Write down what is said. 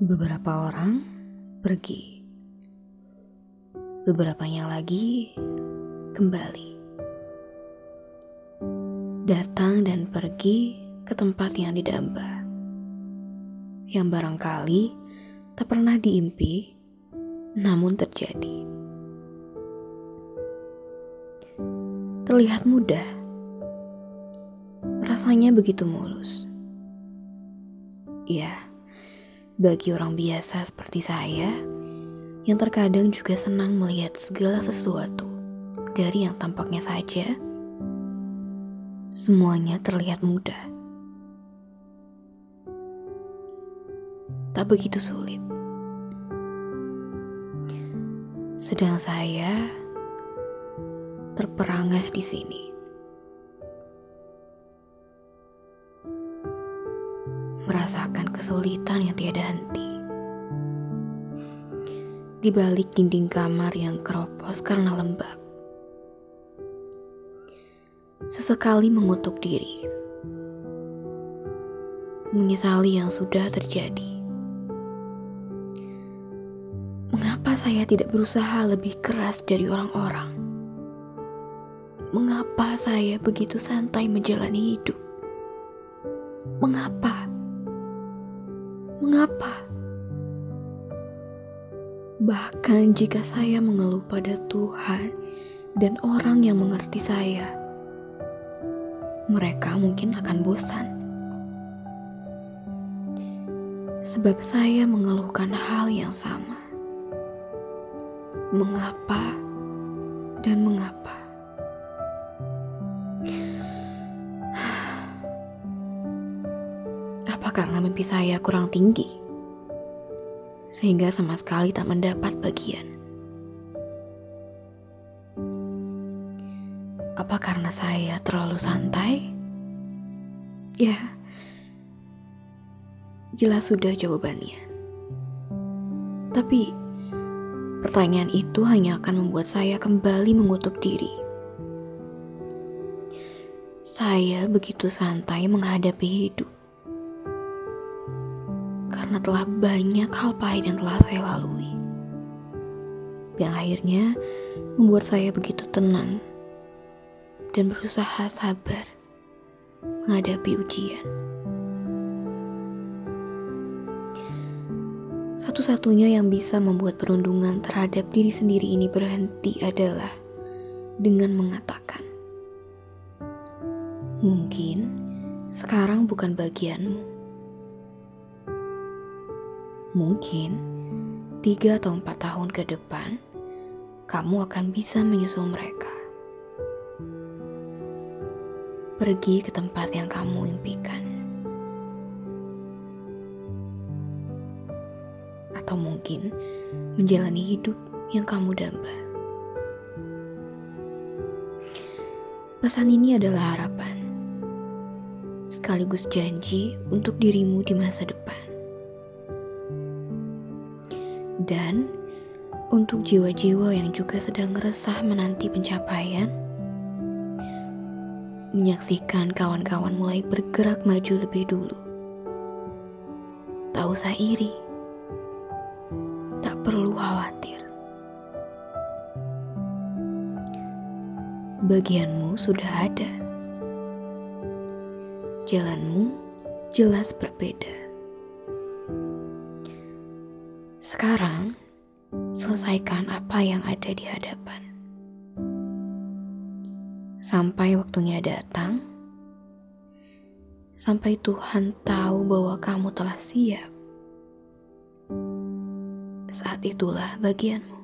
Beberapa orang pergi, beberapanya lagi kembali. Datang dan pergi ke tempat yang didamba, yang barangkali tak pernah diimpi, namun terjadi. Terlihat mudah, rasanya begitu mulus. Ya, bagi orang biasa seperti saya, yang terkadang juga senang melihat segala sesuatu dari yang tampaknya saja, semuanya terlihat mudah. Tak begitu sulit. Sedang saya terperangah di sini. Merasakan kesulitan yang tiada henti. Di balik dinding kamar yang keropos karena lembab. Sesekali mengutuk diri. Menyesali yang sudah terjadi. Mengapa saya tidak berusaha lebih keras dari orang-orang? Mengapa saya begitu santai menjalani hidup? Mengapa? Mengapa? Bahkan jika saya mengeluh pada Tuhan dan orang yang mengerti saya, mereka mungkin akan bosan. Sebab saya mengeluhkan hal yang sama. Mengapa dan mengapa? Apa karena mimpi saya kurang tinggi? Sehingga sama sekali tak mendapat bagian. Apa karena saya terlalu santai? Ya, jelas sudah jawabannya. Tapi, pertanyaan itu hanya akan membuat saya kembali mengutuk diri. Saya begitu santai menghadapi hidup. Karena telah banyak hal pahit yang telah saya lalui. Yang akhirnya membuat saya begitu tenang dan berusaha sabar menghadapi ujian. Satu-satunya yang bisa membuat perundungan terhadap diri sendiri ini berhenti adalah dengan mengatakan, mungkin sekarang bukan bagianmu. Mungkin 3 atau 4 tahun ke depan, kamu akan bisa menyusul mereka. Pergi ke tempat yang kamu impikan. Atau mungkin menjalani hidup yang kamu damba. Pesan ini adalah harapan, sekaligus janji untuk dirimu di masa depan. Dan untuk jiwa-jiwa yang juga sedang resah menanti pencapaian, menyaksikan kawan-kawan mulai bergerak maju lebih dulu. Tak usah iri, tak perlu khawatir. Bagianmu sudah ada. Jalanmu jelas berbeda. Sekarang, selesaikan apa yang ada di hadapan. Sampai waktunya datang, sampai Tuhan tahu bahwa kamu telah siap. Saat itulah bagianmu.